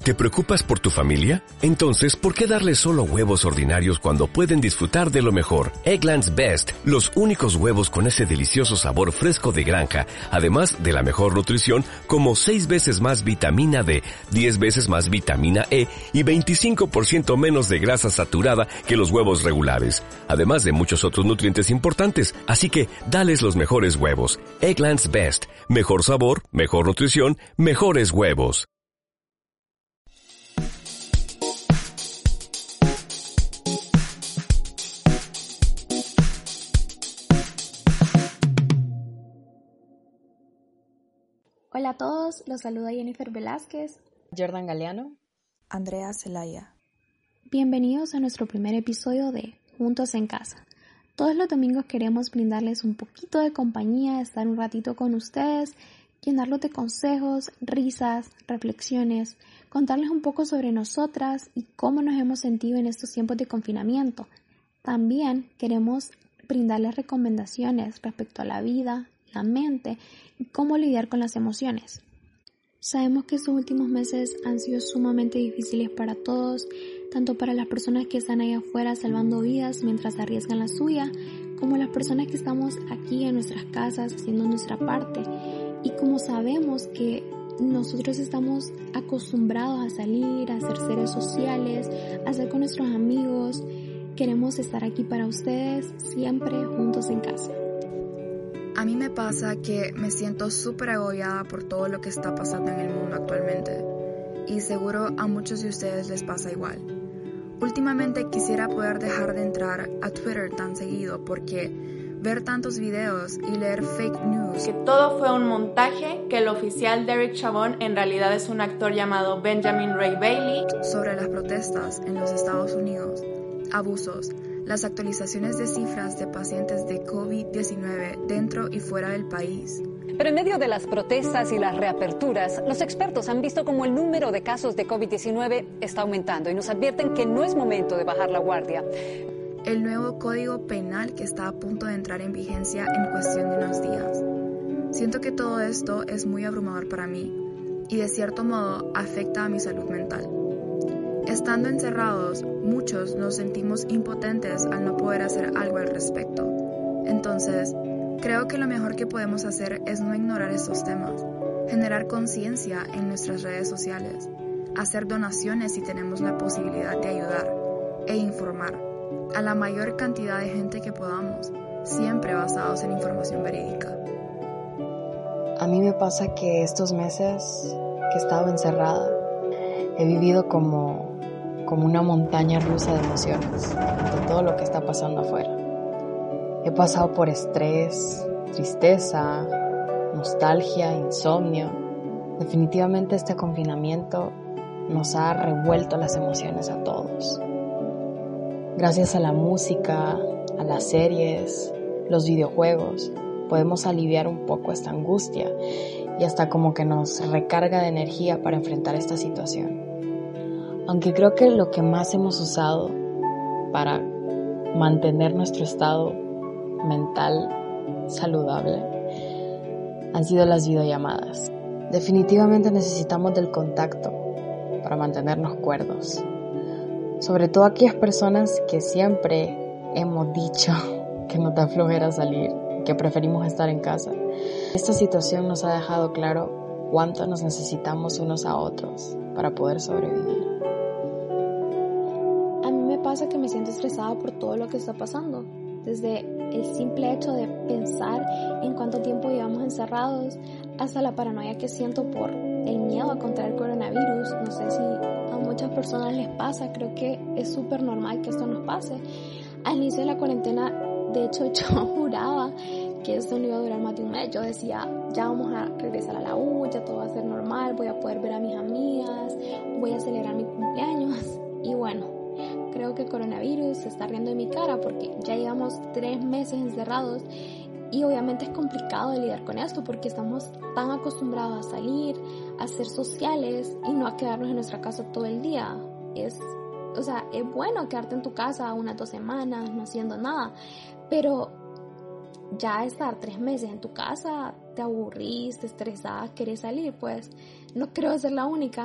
¿Te preocupas por tu familia? Entonces, ¿por qué darles solo huevos ordinarios cuando pueden disfrutar de lo mejor? Eggland's Best, los únicos huevos con ese delicioso sabor fresco de granja, además de la mejor nutrición, como 6 veces más vitamina D, 10 veces más vitamina E y 25% menos de grasa saturada que los huevos regulares, además de muchos otros nutrientes importantes. Así que, dales los mejores huevos. Eggland's Best, mejor sabor, mejor nutrición, mejores huevos. Hola a todos, los saluda Jennifer Velázquez, Jordan Galeano, Andrea Zelaya. Bienvenidos a nuestro primer episodio de Juntos en Casa. Todos los domingos queremos brindarles un poquito de compañía, estar un ratito con ustedes, llenarlos de consejos, risas, reflexiones, contarles un poco sobre nosotras y cómo nos hemos sentido en estos tiempos de confinamiento. También queremos brindarles recomendaciones respecto a la vida, la mente y cómo lidiar con las emociones. Sabemos que estos últimos meses han sido sumamente difíciles para todos, tanto para las personas que están ahí afuera salvando vidas mientras arriesgan la suya, como las personas que estamos aquí en nuestras casas haciendo nuestra parte. Y como sabemos que nosotros estamos acostumbrados a salir, a ser seres sociales, a estar con nuestros amigos, queremos estar aquí para ustedes siempre juntos en casa. A mí me pasa que me siento súper agobiada por todo lo que está pasando en el mundo actualmente. Y seguro a muchos de ustedes les pasa igual. Últimamente quisiera poder dejar de entrar a Twitter tan seguido porque ver tantos videos y leer fake news. Que todo fue un montaje, que el oficial Derek Chauvin en realidad es un actor llamado Benjamin Ray Bailey. Sobre las protestas en los Estados Unidos, abusos, las actualizaciones de cifras de pacientes de COVID-19 dentro y fuera del país. Pero en medio de las protestas y las reaperturas, los expertos han visto cómo el número de casos de COVID-19 está aumentando y nos advierten que no es momento de bajar la guardia. El nuevo Código Penal que está a punto de entrar en vigencia en cuestión de unos días. Siento que todo esto es muy abrumador para mí y de cierto modo afecta a mi salud mental. Estando encerrados, muchos nos sentimos impotentes al no poder hacer algo al respecto. Entonces, creo que lo mejor que podemos hacer es no ignorar estos temas, generar conciencia en nuestras redes sociales, hacer donaciones si tenemos la posibilidad de ayudar e informar a la mayor cantidad de gente que podamos, siempre basados en información verídica. A mí me pasa que estos meses que he estado encerrada, he vivido como una montaña rusa de emociones, de todo lo que está pasando afuera. He pasado por estrés, tristeza, nostalgia, insomnio. Definitivamente este confinamiento nos ha revuelto las emociones a todos. Gracias a la música, a las series, los videojuegos, podemos aliviar un poco esta angustia y hasta como que nos recarga de energía para enfrentar esta situación. Aunque creo que lo que más hemos usado para mantener nuestro estado mental saludable han sido las videollamadas. Definitivamente necesitamos del contacto para mantenernos cuerdos. Sobre todo aquellas personas que siempre hemos dicho que nos da flojera salir, que preferimos estar en casa. Esta situación nos ha dejado claro cuánto nos necesitamos unos a otros para poder sobrevivir. Pasa que me siento estresada por todo lo que está pasando, desde el simple hecho de pensar en cuánto tiempo llevamos encerrados hasta la paranoia que siento por el miedo a contraer coronavirus. No sé si a muchas personas les pasa, creo que es súper normal que esto nos pase. Al inicio de la cuarentena, de hecho, yo juraba que esto no iba a durar más de un mes. Yo decía, ya vamos a regresar a la U, ya todo va a ser normal, voy a poder ver a mis amigas, voy a celebrar mi cumpleaños. Y bueno, creo que el coronavirus se está riendo de mi cara porque ya llevamos 3 meses encerrados y obviamente es complicado de lidiar con esto porque estamos tan acostumbrados a salir, a ser sociales y no a quedarnos en nuestra casa todo el día. Es bueno quedarte en tu casa 1 o 2 semanas no haciendo nada, pero ya estar 3 meses en tu casa, te aburrís, te estresás, querés salir, pues no creo ser la única.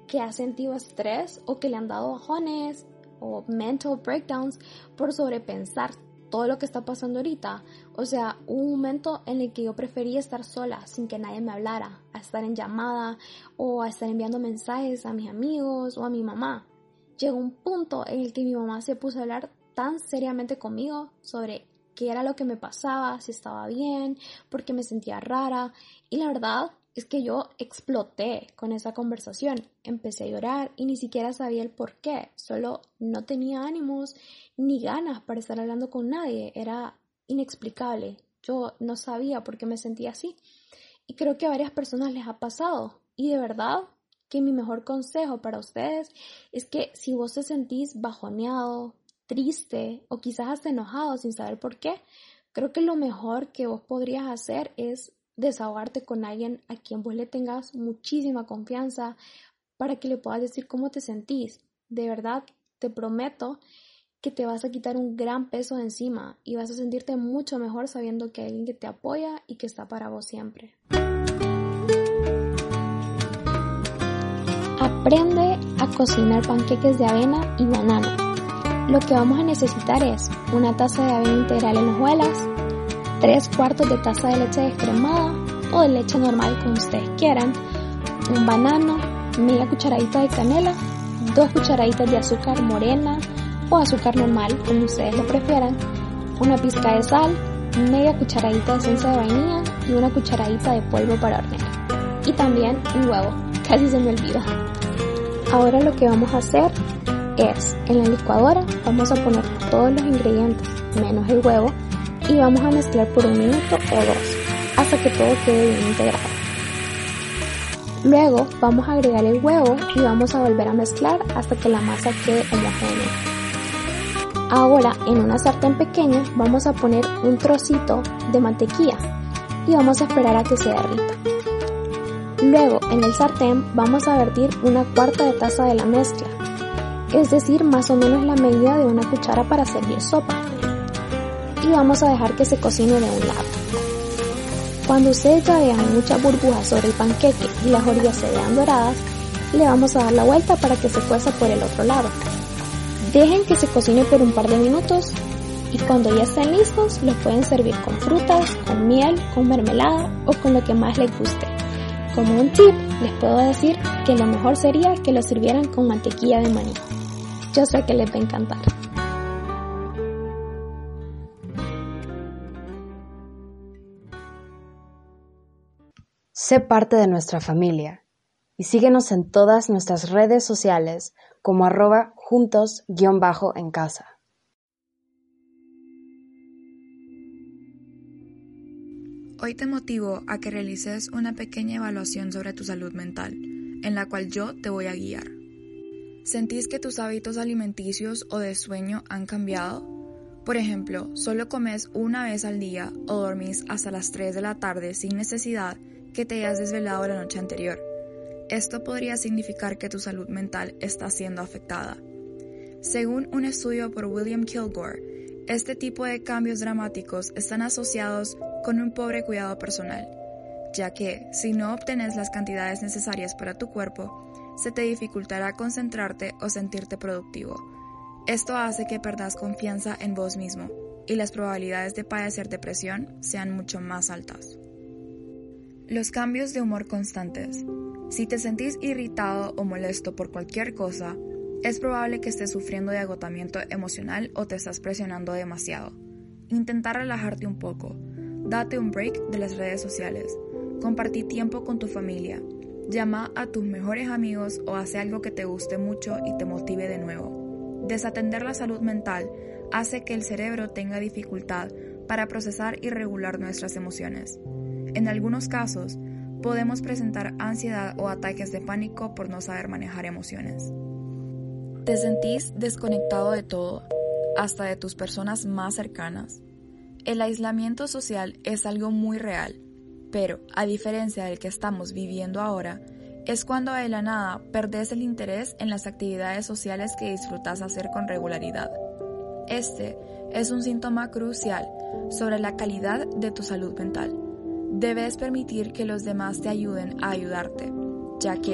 que ha sentido estrés o que le han dado bajones o mental breakdowns por sobrepensar todo lo que está pasando ahorita? O sea, hubo un momento en el que yo prefería estar sola sin que nadie me hablara, a estar en llamada o a estar enviando mensajes a mis amigos o a mi mamá. Llegó un punto en el que mi mamá se puso a hablar tan seriamente conmigo sobre qué era lo que me pasaba, si estaba bien, por qué me sentía rara, y la verdad es que yo exploté con esa conversación. Empecé a llorar y ni siquiera sabía el por qué, solo no tenía ánimos ni ganas para estar hablando con nadie, era inexplicable, yo no sabía por qué me sentía así, y creo que a varias personas les ha pasado, y de verdad que mi mejor consejo para ustedes es que si vos te sentís bajoneado, triste o quizás hasta enojado sin saber por qué, creo que lo mejor que vos podrías hacer es desahogarte con alguien a quien vos le tengas muchísima confianza para que le puedas decir cómo te sentís. De verdad, te prometo que te vas a quitar un gran peso de encima y vas a sentirte mucho mejor sabiendo que hay alguien que te apoya y que está para vos siempre. Aprende a cocinar panqueques de avena y banano. Lo que vamos a necesitar es una taza de avena integral en hojuelas, 3/4 de taza de leche descremada o de leche normal como ustedes quieran, un banano, media cucharadita de canela, 2 cucharaditas de azúcar morena o azúcar normal como ustedes lo prefieran, una pizca de sal, media cucharadita de esencia de vainilla y una cucharadita de polvo para hornear. Y también un huevo, casi se me olvidó. Ahora lo que vamos a hacer es, en la licuadora vamos a poner todos los ingredientes menos el huevo y vamos a mezclar por 1 minuto o 2 hasta que todo quede bien integrado. Luego vamos a agregar el huevo y vamos a volver a mezclar hasta que la masa quede homogénea. Ahora en una sartén pequeña vamos a poner un trocito de mantequilla y vamos a esperar a que se derrita. Luego en el sartén vamos a vertir 1/4 de taza de la mezcla, es decir, más o menos la medida de una cuchara para servir sopa. Y vamos a dejar que se cocine de un lado. Cuando ustedes ya vean muchas burbujas sobre el panqueque y las orillas se vean doradas, le vamos a dar la vuelta para que se cueza por el otro lado. Dejen que se cocine por un par de minutos y cuando ya estén listos los pueden servir con frutas, con miel, con mermelada o con lo que más les guste. Como un tip, les puedo decir que lo mejor sería que lo sirvieran con mantequilla de maní. Yo sé que les va a encantar. Sé parte de nuestra familia y síguenos en todas nuestras redes sociales como @juntos_en casa. Hoy te motivo a que realices una pequeña evaluación sobre tu salud mental, en la cual yo te voy a guiar. ¿Sentís que tus hábitos alimenticios o de sueño han cambiado? Por ejemplo, ¿solo comes una vez al día o dormís hasta las 3 de la tarde sin necesidad que te hayas desvelado la noche anterior? Esto podría significar que tu salud mental está siendo afectada. Según un estudio por William Kilgore, este tipo de cambios dramáticos están asociados con un pobre cuidado personal, ya que si no obtenés las cantidades necesarias para tu cuerpo, se te dificultará concentrarte o sentirte productivo. Esto hace que perdas confianza en vos mismo y las probabilidades de padecer depresión sean mucho más altas. Los cambios de humor constantes. Si te sentís irritado o molesto por cualquier cosa, es probable que estés sufriendo de agotamiento emocional o te estás presionando demasiado. Intenta relajarte un poco. Date un break de las redes sociales. Compartí tiempo con tu familia. Llama a tus mejores amigos o hace algo que te guste mucho y te motive de nuevo. Desatender la salud mental hace que el cerebro tenga dificultad para procesar y regular nuestras emociones. En algunos casos, podemos presentar ansiedad o ataques de pánico por no saber manejar emociones. ¿Te sentís desconectado de todo, hasta de tus personas más cercanas? El aislamiento social es algo muy real, pero, a diferencia del que estamos viviendo ahora, es cuando de la nada perdés el interés en las actividades sociales que disfrutas hacer con regularidad. Este es un síntoma crucial sobre la calidad de tu salud mental. Debes permitir que los demás te ayuden a ayudarte, ya que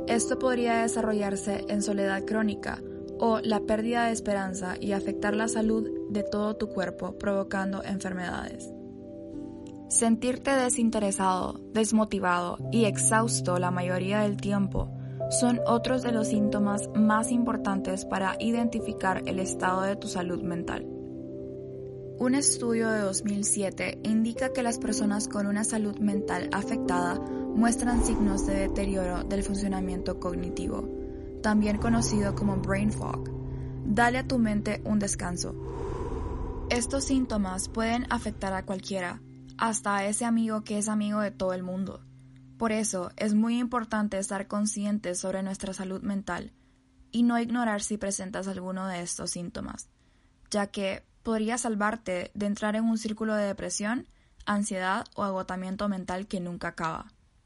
Esto podría desarrollarse en soledad crónica o la pérdida de esperanza y afectar la salud de todo tu cuerpo, provocando enfermedades. Sentirte desinteresado, desmotivado y exhausto la mayoría del tiempo son otros de los síntomas más importantes para identificar el estado de tu salud mental. Un estudio de 2007 indica que las personas con una salud mental afectada muestran signos de deterioro del funcionamiento cognitivo, también conocido como brain fog. Dale a tu mente un descanso. Estos síntomas pueden afectar a cualquiera, hasta a ese amigo que es amigo de todo el mundo. Por eso es muy importante estar conscientes sobre nuestra salud mental y no ignorar si presentas alguno de estos síntomas, ya que podría salvarte de entrar en un círculo de depresión, ansiedad o agotamiento mental que nunca acaba.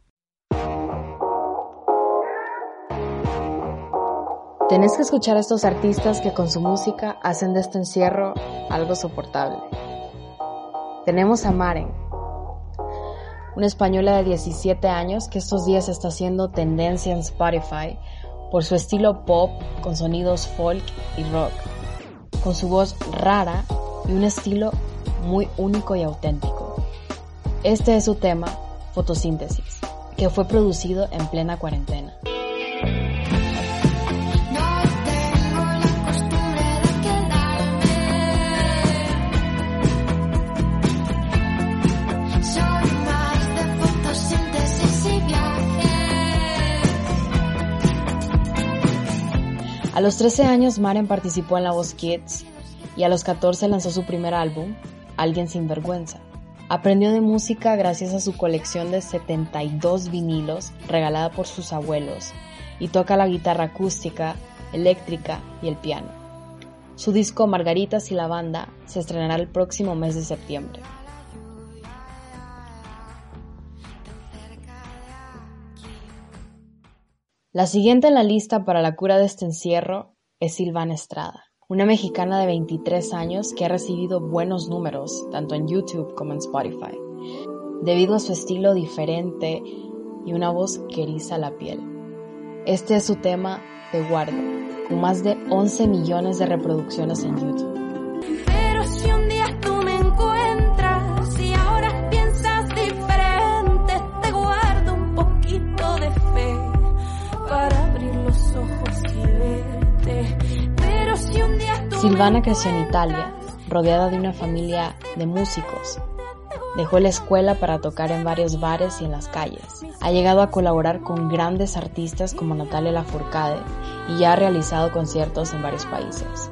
Tenés que escuchar a estos artistas que con su música hacen de este encierro algo soportable. Tenemos a Maren, una española de 17 años que estos días está haciendo tendencia en Spotify por su estilo pop con sonidos folk y rock, con su voz rara y un estilo muy único y auténtico. Este es su tema, Fotosíntesis, que fue producido en plena cuarentena. A los 13 años Maren participó en La Voz Kids y a los 14 lanzó su primer álbum, Alguien sin vergüenza. Aprendió de música gracias a su colección de 72 vinilos regalada por sus abuelos y toca la guitarra acústica, eléctrica y el piano. Su disco Margaritas y la Banda se estrenará el próximo mes de septiembre. La siguiente en la lista para la cura de este encierro es Silvana Estrada, una mexicana de 23 años que ha recibido buenos números tanto en YouTube como en Spotify, debido a su estilo diferente y una voz que eriza la piel. Este es su tema Te Guardo, con más de 11 millones de reproducciones en YouTube. Pero si un día tú me encuentras y ahora piensas diferente, te guardo un poquito de fe para abrir los ojos y verte. Pero si un día tú Silvana creció en Italia, rodeada de una familia de músicos. Dejó la escuela para tocar en varios bares y en las calles. Ha llegado a colaborar con grandes artistas como Natalia Lafourcade y ya ha realizado conciertos en varios países.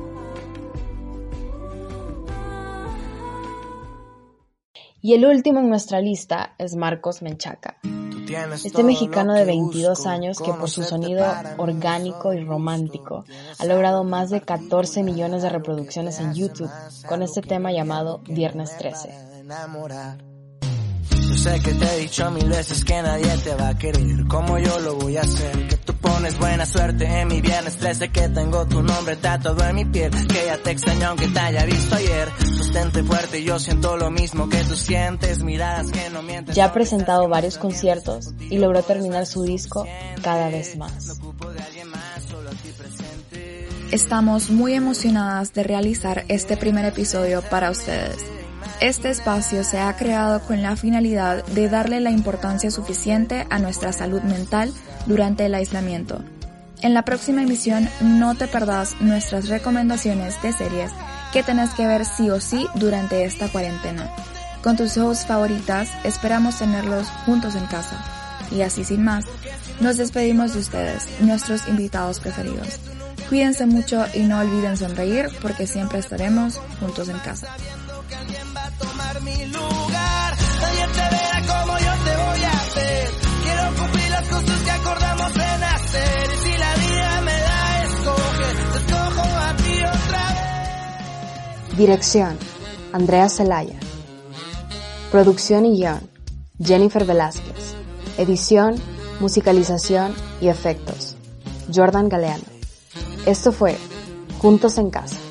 Y el último en nuestra lista es Marcos Menchaca. Este mexicano de 22 años que por su sonido orgánico y romántico ha logrado más de 14 millones de reproducciones en YouTube con este tema llamado Viernes 13. Yo sé que te he dicho 1000 veces que nadie te va a querer como yo lo voy a hacer, que tú pones buena suerte en mi viernes 13, que tengo tu nombre tatuado en mi piel, que ya te extraño aunque te haya visto ayer. Sostente fuerte, yo siento lo mismo que tú sientes, miradas que no mienten. Ya ha presentado varios conciertos y logró terminar su disco Cada Vez Más. Estamos muy emocionadas de realizar este primer episodio para ustedes. Este espacio se ha creado con la finalidad de darle la importancia suficiente a nuestra salud mental durante el aislamiento. En la próxima emisión no te perdás nuestras recomendaciones de series que tenés que ver sí o sí durante esta cuarentena. Con tus hosts favoritas esperamos tenerlos juntos en casa. Y así sin más, nos despedimos de ustedes, nuestros invitados preferidos. Cuídense mucho y no olviden sonreír porque siempre estaremos juntos en casa. Tomar mi lugar, nadie te verá como yo te voy a hacer. Quiero cumplir las cosas que acordamos en hacer. Y si la vida me da escoger, te escojo a ti otra vez. Dirección: Andrea Celaya. Producción y guión: Jennifer Velázquez. Edición, musicalización y efectos: Jordan Galeano. Esto fue Juntos en Casa.